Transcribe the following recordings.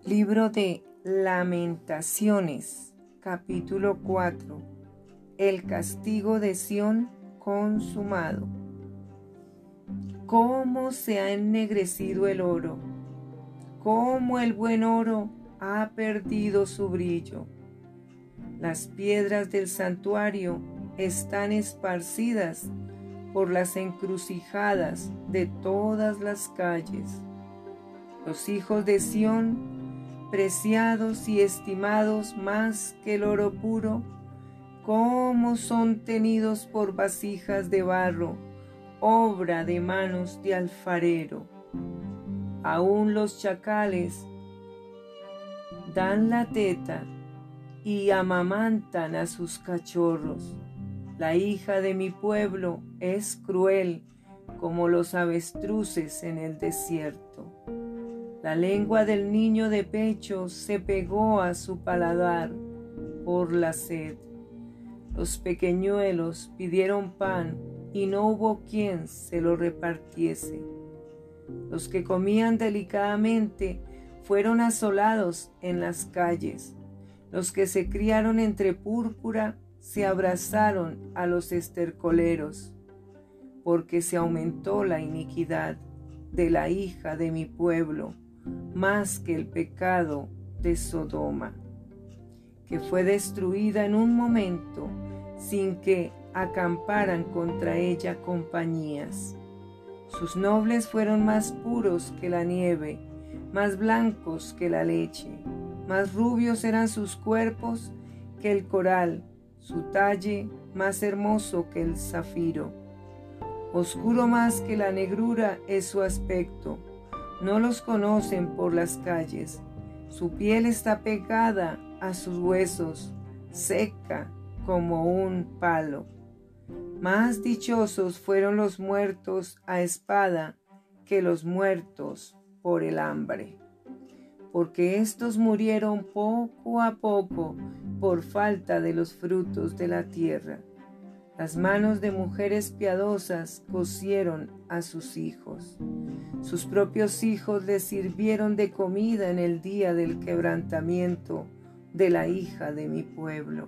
Libro de Lamentaciones, capítulo 4. El castigo de Sión consumado. Cómo se ha ennegrecido el oro, cómo el buen oro ha perdido su brillo. Las piedras del santuario están esparcidas por las encrucijadas de todas las calles. Los hijos de Sión, preciados y estimados más que el oro puro, cómo son tenidos por vasijas de barro, obra de manos de alfarero. Aún los chacales dan la teta y amamantan a sus cachorros. La hija de mi pueblo es cruel como los avestruces en el desierto. La lengua del niño de pecho se pegó a su paladar por la sed. Los pequeñuelos pidieron pan y no hubo quien se lo repartiese. Los que comían delicadamente fueron asolados en las calles. Los que se criaron entre púrpura se abrazaron a los estercoleros, porque se aumentó la iniquidad de la hija de mi pueblo, más que el pecado de Sodoma, que fue destruida en un momento sin que acamparan contra ella compañías. Sus nobles fueron más puros que la nieve, más blancos que la leche, más rubios eran sus cuerpos que el coral, su talle más hermoso que el zafiro. Oscuro más que la negrura es su aspecto, no los conocen por las calles. Su piel está pegada a sus huesos, seca como un palo. Más dichosos fueron los muertos a espada que los muertos por el hambre, porque éstos murieron poco a poco por falta de los frutos de la tierra. Las manos de mujeres piadosas cocieron a sus hijos. Sus propios hijos les sirvieron de comida en el día del quebrantamiento de la hija de mi pueblo.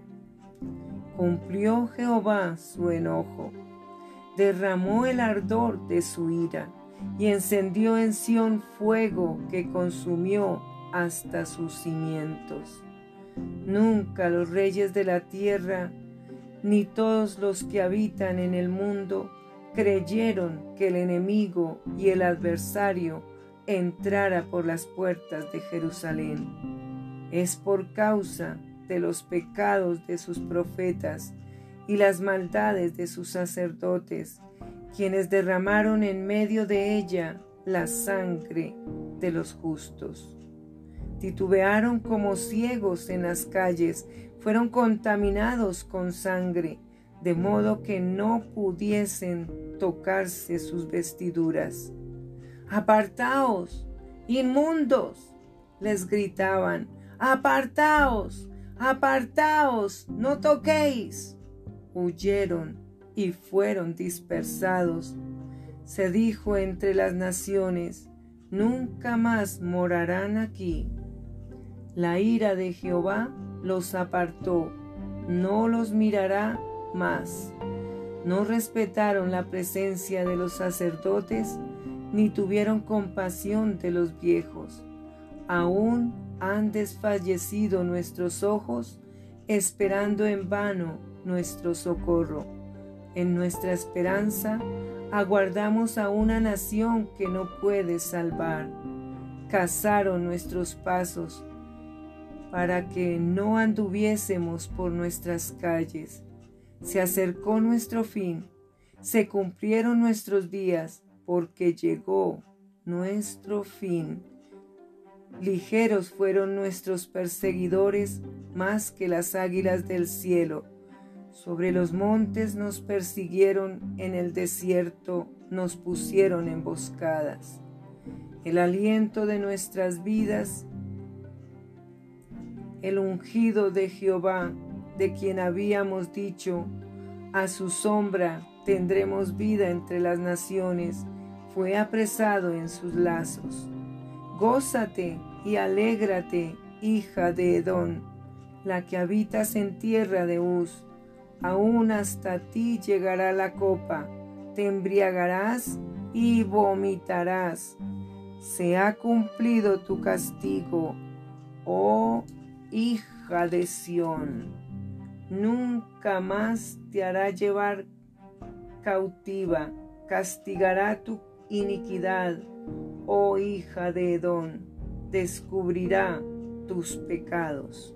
Cumplió Jehová su enojo, derramó el ardor de su ira y encendió en Sión fuego que consumió hasta sus cimientos. Nunca los reyes de la tierra ni todos los que habitan en el mundo creyeron que el enemigo y el adversario entrara por las puertas de Jerusalén. Es por causa de los pecados de sus profetas y las maldades de sus sacerdotes, quienes derramaron en medio de ella la sangre de los justos. Titubearon como ciegos en las calles, fueron contaminados con sangre, de modo que no pudiesen tocarse sus vestiduras. «¡Apartaos, inmundos!», les gritaban. «¡Apartaos, apartaos, no toquéis!». Huyeron y fueron dispersados. Se dijo entre las naciones: «Nunca más morarán aquí». La ira de Jehová los apartó, no los mirará más. No respetaron la presencia de los sacerdotes, ni tuvieron compasión de los viejos. Aún han desfallecido nuestros ojos, esperando en vano nuestro socorro. En nuestra esperanza aguardamos a una nación que no puede salvar. Cazaron nuestros pasos para que no anduviésemos por nuestras calles. Se acercó nuestro fin, se cumplieron nuestros días, porque llegó nuestro fin. Ligeros fueron nuestros perseguidores más que las águilas del cielo. Sobre los montes nos persiguieron, en el desierto nos pusieron emboscadas. El aliento de nuestras vidas, el ungido de Jehová, de quien habíamos dicho: a su sombra tendremos vida entre las naciones, fue apresado en sus lazos. Gózate y alégrate, hija de Edom, la que habitas en tierra de Uz. Aún hasta ti llegará la copa, te embriagarás y vomitarás. Se ha cumplido tu castigo, oh hija de Sión. Nunca más te hará llevar cautiva, castigará tu iniquidad, oh hija de Edom, descubrirá tus pecados.